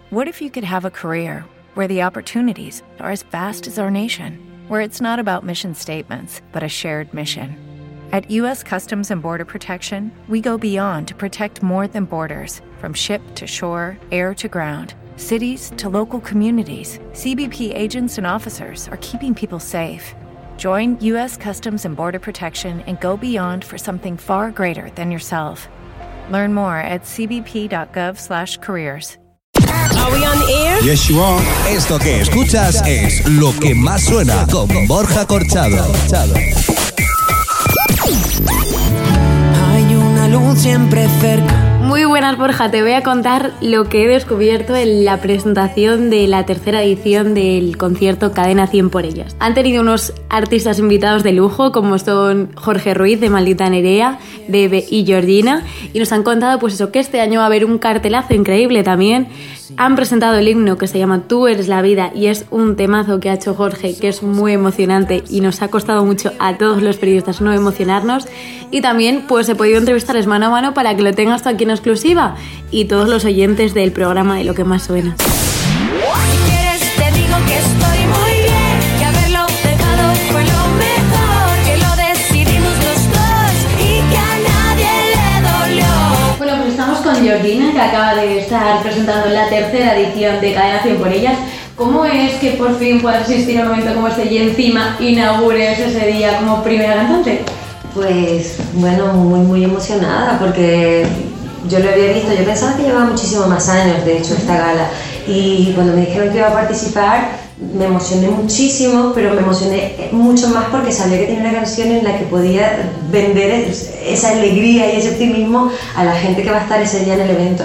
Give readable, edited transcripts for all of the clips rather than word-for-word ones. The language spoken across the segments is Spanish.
What if you could have a career where the opportunities are as vast as our nation, where it's not about mission statements, but a shared mission? At U.S. Customs and Border Protection, we go beyond to protect more than borders, from ship to shore, air to ground, cities to local communities. CBP agents and officers are keeping people safe. Join U.S. Customs and Border Protection and go beyond for something far greater than yourself. Learn more at cbp.gov/careers. Are we on the air? Yes, you are. Esto que escuchas es Lo que más suena con Borja Corchado. Hay una luz siempre cerca. Muy buenas, Borja, te voy a contar lo que he descubierto en la presentación de la tercera edición del concierto Cadena 100 por ellas. Han tenido unos artistas invitados de lujo como son Jorge Ruiz de Maldita Nerea, Bebe y Georgina, y nos han contado pues eso, que este año va a haber un cartelazo increíble también. Han presentado el himno que se llama Tú eres la vida y es un temazo que ha hecho Jorge que es muy emocionante y nos ha costado mucho a todos los periodistas no emocionarnos, y también pues he podido entrevistarles mano a mano para que lo tengas tú aquí en exclusiva y todos los oyentes del programa de Lo que más suena. Si quieres te digo que estoy muy bien, que haberlo dejado fue lo mejor, que lo decidimos los dos y que a nadie le dolió. Bueno, pues estamos con Georgina, que acaba de estar presentando la tercera edición de Cadena 100 por ellas. ¿Cómo es que por fin puedas asistir a un momento como este y encima inaugures ese día como primera cantante? Pues bueno, muy emocionada porque yo lo había visto, yo pensaba que llevaba muchísimo más años de hecho esta gala, y cuando me dijeron que iba a participar me emocioné muchísimo, pero me emocioné mucho más porque sabía que tenía una canción en la que podía vender esa alegría y ese optimismo a la gente que va a estar ese día en el evento,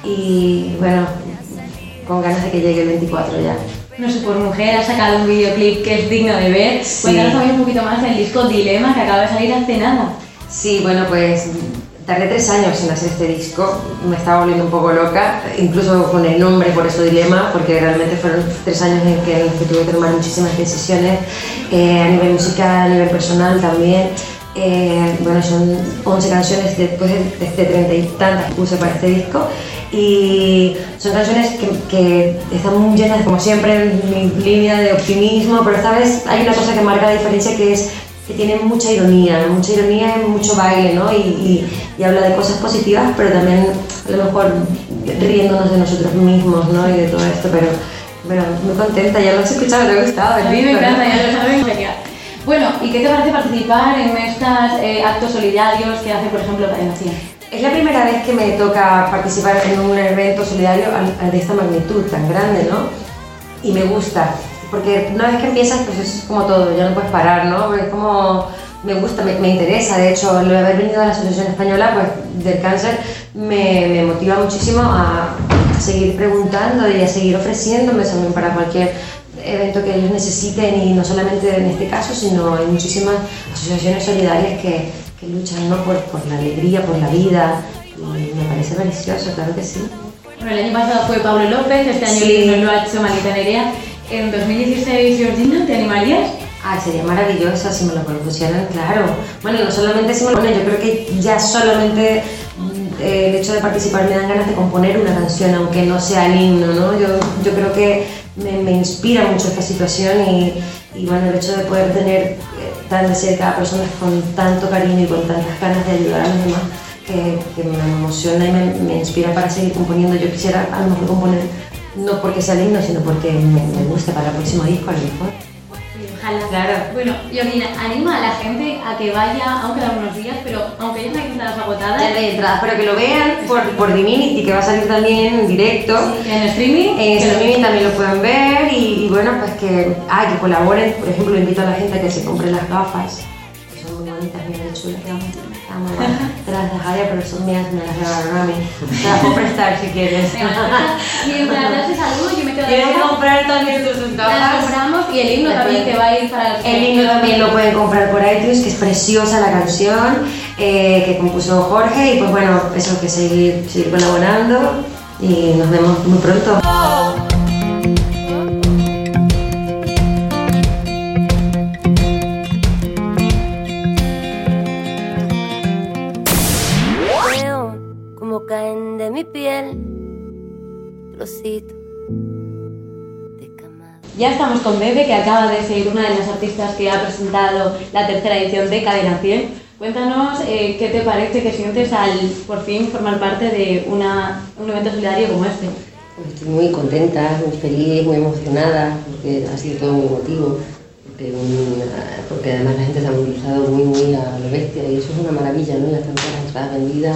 y bueno, con ganas de que llegue el 24 ya. No sé, por mujer ha sacado un videoclip que es digno de ver. Sí. Cuéntanos también un poquito más del disco Dilema, que acaba de salir hace nada. Sí, bueno, pues tardé 3 años en hacer este disco, me estaba volviendo un poco loca, incluso con el nombre, por eso Dilema, porque realmente fueron 3 años en los que tuve que tomar muchísimas decisiones, a nivel musical, a nivel personal también. Bueno, son 11 canciones después de 30 y tantas que puse para este disco, y son canciones que están muy llenas, como siempre, en mi línea de optimismo, pero esta vez hay una cosa que marca la diferencia, que es que tiene mucha ironía y mucho baile, ¿no? Y habla de cosas positivas, pero también a lo mejor riéndonos de nosotros mismos, ¿no? Y de todo esto, pero bueno, muy contenta, ya lo has escuchado, te ha gustado. A mí me encanta, ya lo saben. Bueno, ¿y qué te parece participar en estos actos solidarios que hace, por ejemplo, Cadena 100? Es la primera vez que me toca participar en un evento solidario de esta magnitud tan grande, ¿no? Y me gusta, porque una vez que empiezas, pues es como todo, ya no puedes parar, ¿no? Es como, me gusta, me interesa. De hecho, lo de haber venido a la Asociación Española pues, del Cáncer me motiva muchísimo a seguir preguntando y a seguir ofreciéndome también para cualquier evento que ellos necesiten, y no solamente en este caso, sino hay muchísimas asociaciones solidarias que luchan, ¿no? por la alegría, por la vida, y me parece precioso, claro que sí. Bueno, el año pasado fue Pablo López, este año Sí. nos lo ha hecho Maldita Nerea. En 2016, Georgina, ¿te animarías? Ah, sería maravilloso si me lo propusieran, claro. Bueno, no solamente si me lo ponen, yo creo que ya solamente el hecho de participar me dan ganas de componer una canción, aunque no sea el himno, ¿no? Yo creo que me inspira mucho esta situación, y bueno, el hecho de poder tener tan de cerca a personas con tanto cariño y con tantas ganas de ayudar a los demás, que me emociona y me inspira para seguir componiendo. Yo quisiera a lo mejor componer, no porque sea el himno, sino porque me gusta para el próximo disco a lo mejor. Ojalá. Claro. Bueno, Georgina, anima a la gente a que vaya, aunque quedan unos días, pero aunque ya no hay entradas agotadas. Ya no hay entradas, pero que lo vean por Divinity, que va a salir también en directo. Sí, en streaming. En streaming también lo pueden ver, y bueno, pues que colaboren. Por ejemplo, invito a la gente a que se compre las gafas, que son muy bonitas, mira, chulas. Están muy buenas. Te las dejaría, pero son mías, me las regalaron a mí. Te las puedo prestar si quieres. Mientras das saludo, yo me quedo ¿Quieres de comprar también tus las gafas? compramos, y el himno también que va a ir para El himno también lo pueden comprar por iTunes, que es preciosa la canción que compuso Jorge, y pues bueno, eso, que seguir colaborando, y nos vemos muy pronto. Veo como caen de mi piel trocitos Ya estamos con Bebe, que acaba de ser una de las artistas que ha presentado la tercera edición de Cadena 100. Cuéntanos qué te parece, qué sientes al por fin formar parte de un evento solidario como este. Pues estoy muy contenta, muy feliz, muy emocionada, porque ha sido todo muy emotivo, porque además la gente se ha movilizado muy a lo bestia y eso es una maravilla, ¿no? Ya están todas las entradas vendidas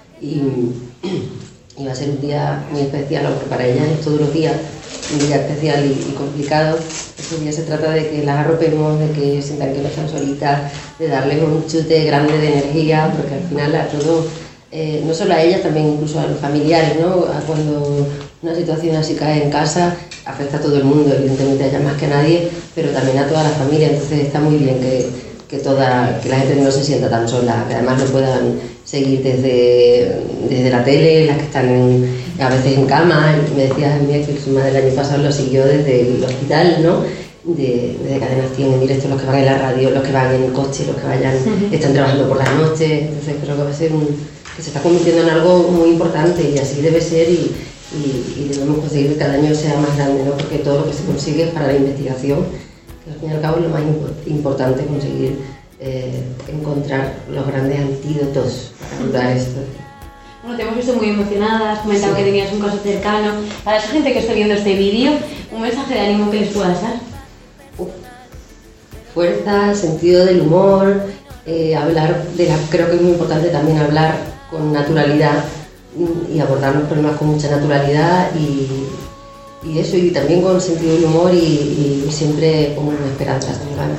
y va a ser un día muy especial, aunque para ellas es todos los días un día especial y complicado. Este día se trata de que las arropemos, de que sientan que no están solitas, de darles un chute grande de energía, porque al final a todos, no solo a ellas, también incluso a los familiares, ¿no? Cuando una situación así cae en casa, afecta a todo el mundo, evidentemente a ella más que a nadie, pero también a toda la familia, entonces está muy bien que la gente no se sienta tan sola, que además lo puedan seguir desde la tele, las que están a veces en cama. Me decía Mía que su madre el año pasado lo siguió desde el hospital, ¿no? Desde Cadena 100 en directo, los que van en la radio, los que van en el coche, los que están trabajando por la noche. Entonces creo que va a ser que se está convirtiendo en algo muy importante y así debe ser y debemos conseguir que cada año sea más grande, ¿no? Porque todo lo que se consigue es para la investigación, que al fin y al cabo es lo más importante, conseguir encontrar los grandes antídotos para curar esto. Bueno, te hemos visto muy emocionada, has comentado que tenías un caso cercano. Para esa gente que esté viendo este vídeo, un mensaje de ánimo que les puedas dar. Fuerza, sentido del humor, creo que es muy importante también hablar con naturalidad y abordar los problemas con mucha naturalidad y eso, y también con sentido del humor y siempre con esperanza, con ganas,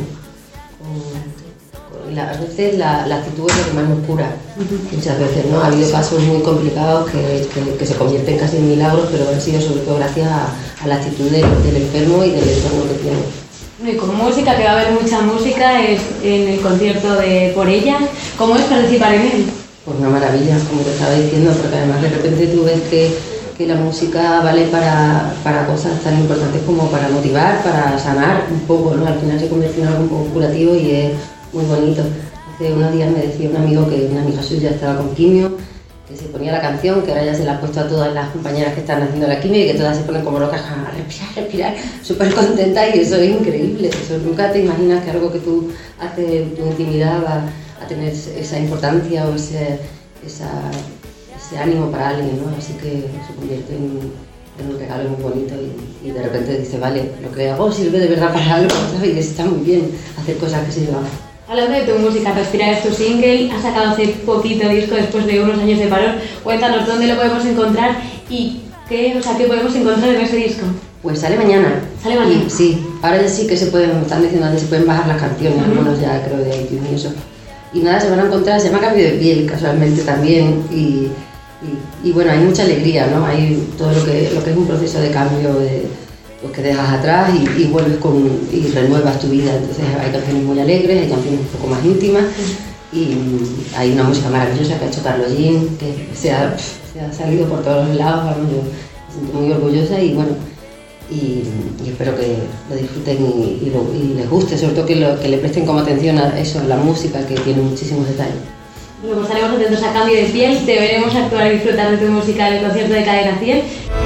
a veces la actitud es lo que más nos cura, muchas veces, ¿no? Ha habido casos muy complicados que se convierten casi en milagros, pero han sido sobre todo gracias a la actitud del enfermo y del entorno que tiene. Y con música, que va a haber mucha música en el concierto de Por Ellas. ¿Cómo es participar en él? Pues una maravilla, como te estaba diciendo, porque además de repente tú ves que la música vale para cosas tan importantes como para motivar, para sanar un poco, ¿no? Al final se convierte en algo un poco curativo y es muy bonito. Hace unos días me decía un amigo que una amiga suya estaba con quimio, que se ponía la canción, que ahora ya se la ha puesto a todas las compañeras que están haciendo la quimio y que todas se ponen como locas a respirar, súper contentas, y eso es increíble. Eso nunca te imaginas que algo que tú haces en tu intimidad va a tener esa importancia o ese ánimo para alguien, ¿no? Así que se convierte en un regalo muy bonito y de repente dice, vale, lo que hago sirve de verdad para algo, ¿sabes? Y está muy bien hacer cosas que sirvan. Hablando de tu música, Respirar es tu single, has sacado hace poquito disco después de unos años de parón. Cuéntanos dónde lo podemos encontrar y qué podemos encontrar en ese disco. Pues sale mañana. ¿Sale mañana? Sí, ahora ya sí que me están diciendo antes, se pueden bajar las canciones, algunos ya creo de iTunes y eso. Y nada, se van a encontrar, se llama Cambio de Piel casualmente también y bueno, hay mucha alegría, ¿no? Hay todo lo que es un proceso de cambio pues que dejas atrás y vuelves y renuevas tu vida. Entonces hay canciones muy alegres, hay canciones un poco más íntimas y hay una música maravillosa que ha hecho Carlos Jean, que se ha salido por todos los lados. Vamos, yo me siento muy orgullosa y bueno, y espero que lo disfruten y les guste, sobre todo que le presten como atención a eso, a la música, que tiene muchísimos detalles. Luego estaremos atentos a Cambio de Piel, te veremos actuar y disfrutar de tu música en el concierto de Cadena 100.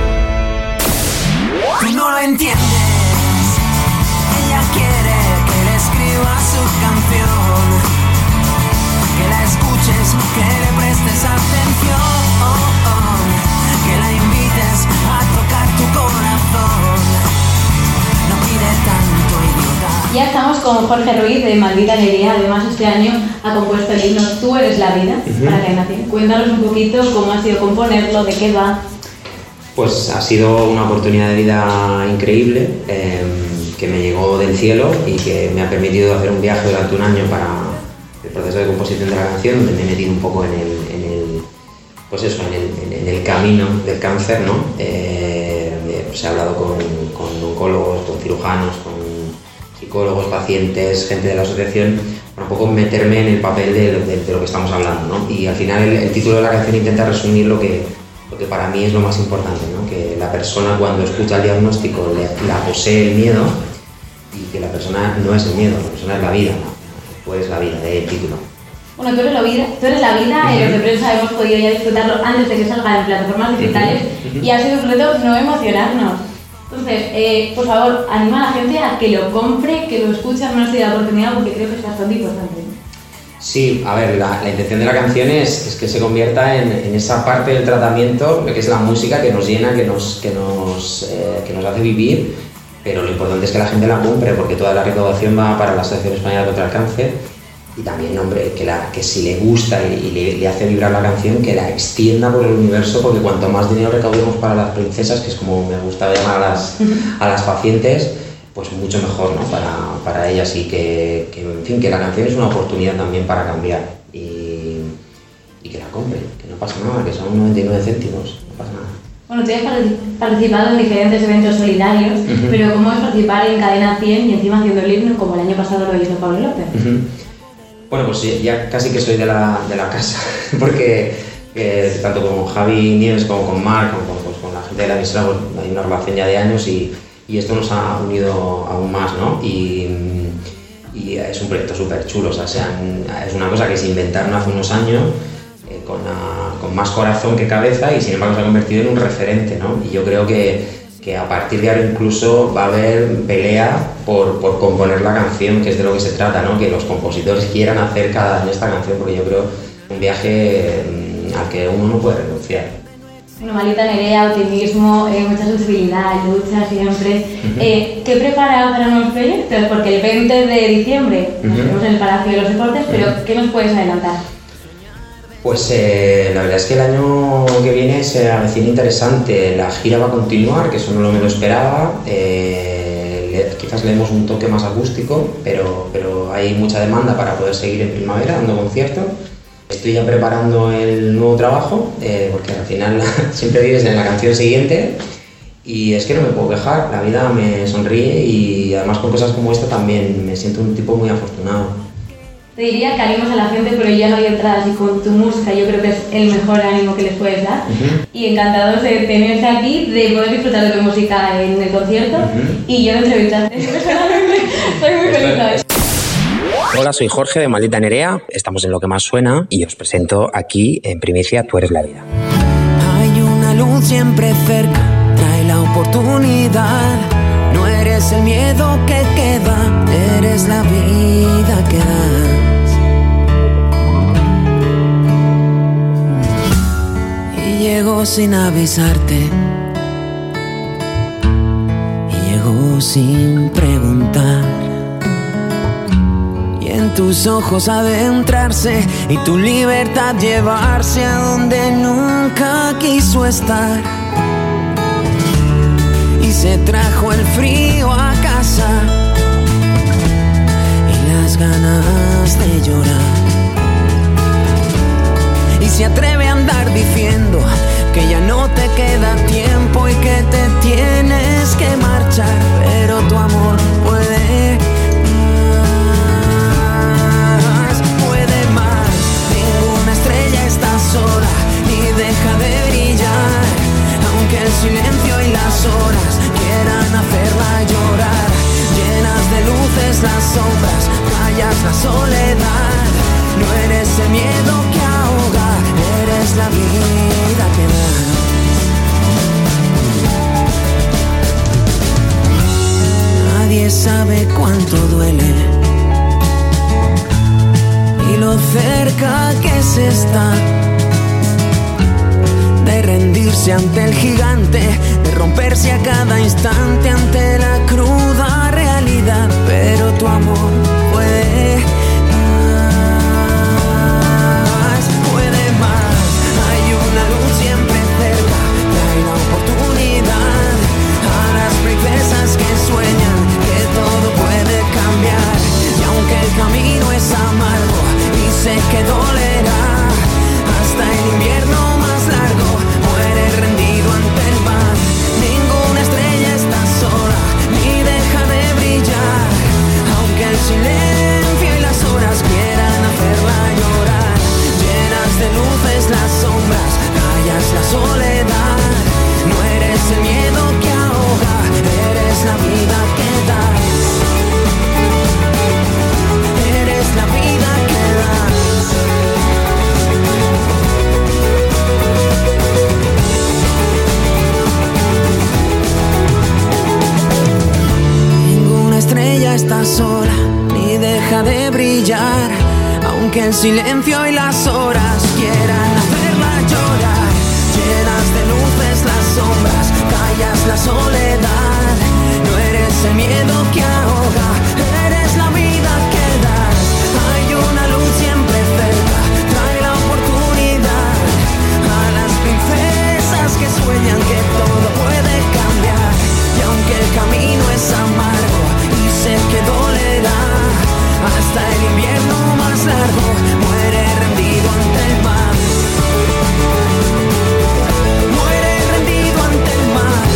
No lo entiendes. Ella quiere que le escribas su canción, que la escuches, que le prestes atención, que la invites a tocar tu corazón. No pide tanto, idiota. Ya estamos con Jorge Ruiz de Maldita Alegría. Además, este año ha compuesto el himno Tú eres la vida para Cadena 100. Cuéntanos un poquito cómo ha sido componerlo, de qué va. Pues ha sido una oportunidad de vida increíble que me llegó del cielo y que me ha permitido hacer un viaje durante un año para el proceso de composición de la canción, donde me he metido un poco en el camino del cáncer, ¿no? Pues he hablado con oncólogos, con cirujanos, con psicólogos, pacientes, gente de la asociación, para un poco meterme en el papel de lo que estamos hablando, ¿no? Y al final el título de la canción intenta resumir lo que para mí es lo más importante, ¿no? Que la persona cuando escucha el diagnóstico la posee el miedo y que la persona no es el miedo, la persona es la vida, ¿no? Pues la vida, del título. Bueno, tú eres la vida, y los de prensa hemos podido ya disfrutarlo antes de que salga en plataformas digitales y ha sido un reto no emocionarnos. Entonces, por favor, anima a la gente a que lo compre, que lo escuche, al menos de la oportunidad, porque creo que es bastante importante. Sí, a ver, la intención de la canción es que se convierta en esa parte del tratamiento, que es la música que nos llena, que nos hace vivir, pero lo importante es que la gente la compre, porque toda la recaudación va para la Asociación Española contra el Cáncer. Y también, hombre, que si le gusta y le hace vibrar la canción, que la extienda por el universo, porque cuanto más dinero recaudemos para las princesas, que es como me gusta llamar a las pacientes, pues mucho mejor, ¿no? Para ellas, y que en fin, que la canción es una oportunidad también para cambiar y que la compren, que no pasa nada, que son 99 céntimos, no pasa nada. Bueno, tú has participado en diferentes eventos solidarios, pero ¿cómo es participar en Cadena 100 y encima haciendo el himno como el año pasado lo hizo Pablo López? Bueno, pues ya casi que soy de la casa, porque tanto con Javi Nieves como con Marc, con la gente de la emisora, pues hay una relación ya de años y esto nos ha unido aún más, ¿no? Y es un proyecto súper chulo, o sea, es una cosa que se inventaron hace unos años con más corazón que cabeza y sin embargo se ha convertido en un referente, ¿no? Y yo creo que a partir de ahora incluso va a haber pelea por componer la canción, que es de lo que se trata, ¿no? Que los compositores quieran hacer cada año esta canción, porque yo creo un viaje al que uno no puede renunciar. Bueno, Maldita Nerea, optimismo, mucha sensibilidad, lucha siempre. ¿Qué prepara para nuevos proyectos? Porque el 20 de diciembre nos vemos en el Palacio de los Deportes, pero ¿qué nos puedes adelantar? Pues la verdad es que el año que viene se avecina interesante. La gira va a continuar, que eso no me lo esperaba. Quizás le demos un toque más acústico, pero hay mucha demanda para poder seguir en primavera dando conciertos. Estoy ya preparando el nuevo trabajo, porque al final siempre vives en la canción siguiente y es que no me puedo quejar, la vida me sonríe y además con cosas como esta también me siento un tipo muy afortunado. Te diría que animas a la gente, pero ya no hay entradas y con tu música yo creo que es el mejor ánimo que les puedes dar. Y encantados de tenerte aquí, de poder disfrutar de tu música en el concierto y yo de entrevistarte. Soy muy feliz. Hola, soy Jorge de Maldita Nerea, estamos en Lo que más suena y os presento aquí en primicia Tú eres la vida. Hay una luz siempre cerca, trae la oportunidad. No eres el miedo que queda, eres la vida que das. Y llegó sin avisarte, y llegó sin preguntar. Y en tus ojos adentrarse y tu libertad llevarse a donde nunca quiso estar. Y se trajo el frío a casa y las ganas de llorar. Y se atreve a andar diciendo que ya no te queda tiempo y que te tienes que marchar, pero tu amor puede más. Ninguna estrella está sola ni deja de brillar, aunque el silencio y las horas quieran hacerla llorar. Llenas de luces las sombras, callas la soledad. No eres el miedo que ahoga, eres la vida que da. Nadie sabe cuánto duele y lo cerca que se está de rendirse ante el gigante, de romperse a cada instante ante la cruda realidad. Pero tu amor puede más. Hay una luz siempre cerca, trae la oportunidad a las princesas que sueñan que todo puede cambiar. Y aunque el camino es amargo y sé que dolerá, hasta el invierno más largo muere rendido ante el mar. Ninguna estrella está sola ni deja de brillar, aunque el silencio y las horas quieran hacerla llorar. Llenas de luces las sombras, callas la soledad. No eres el miedo que ahoga, eres la vida que das. Eres la vida que das. sola ni deja de brillar, aunque el silencio y las horas quieran hacerla llorar. Llenas de luces las sombras, callas la soledad. No eres el miedo que ahoga, eres la vida que das. Hay una luz siempre cerca, trae la oportunidad a las princesas que sueñan que todo puede cambiar. Y aunque el camino es amargo y sé que dolerá, hasta el invierno más largo muere rendido ante el mar. Muere rendido ante el mar.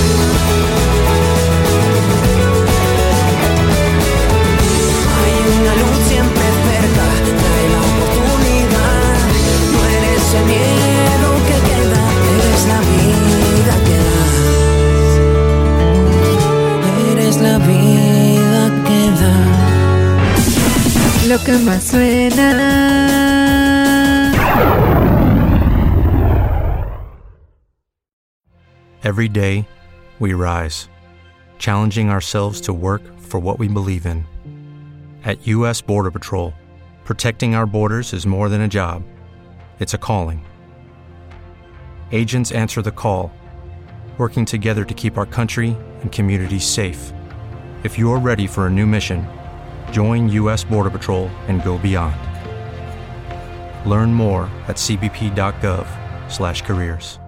Hay una luz siempre cerca, trae la oportunidad. No eres el miedo que queda, eres la vida que das. Eres la vida que das. Lo que más suena. Every day, we rise, challenging ourselves to work for what we believe in. At U.S. Border Patrol, protecting our borders is more than a job. It's a calling. Agents answer the call, working together to keep our country and communities safe. If you're ready for a new mission, join U.S. Border Patrol and go beyond. Learn more at cbp.gov/careers.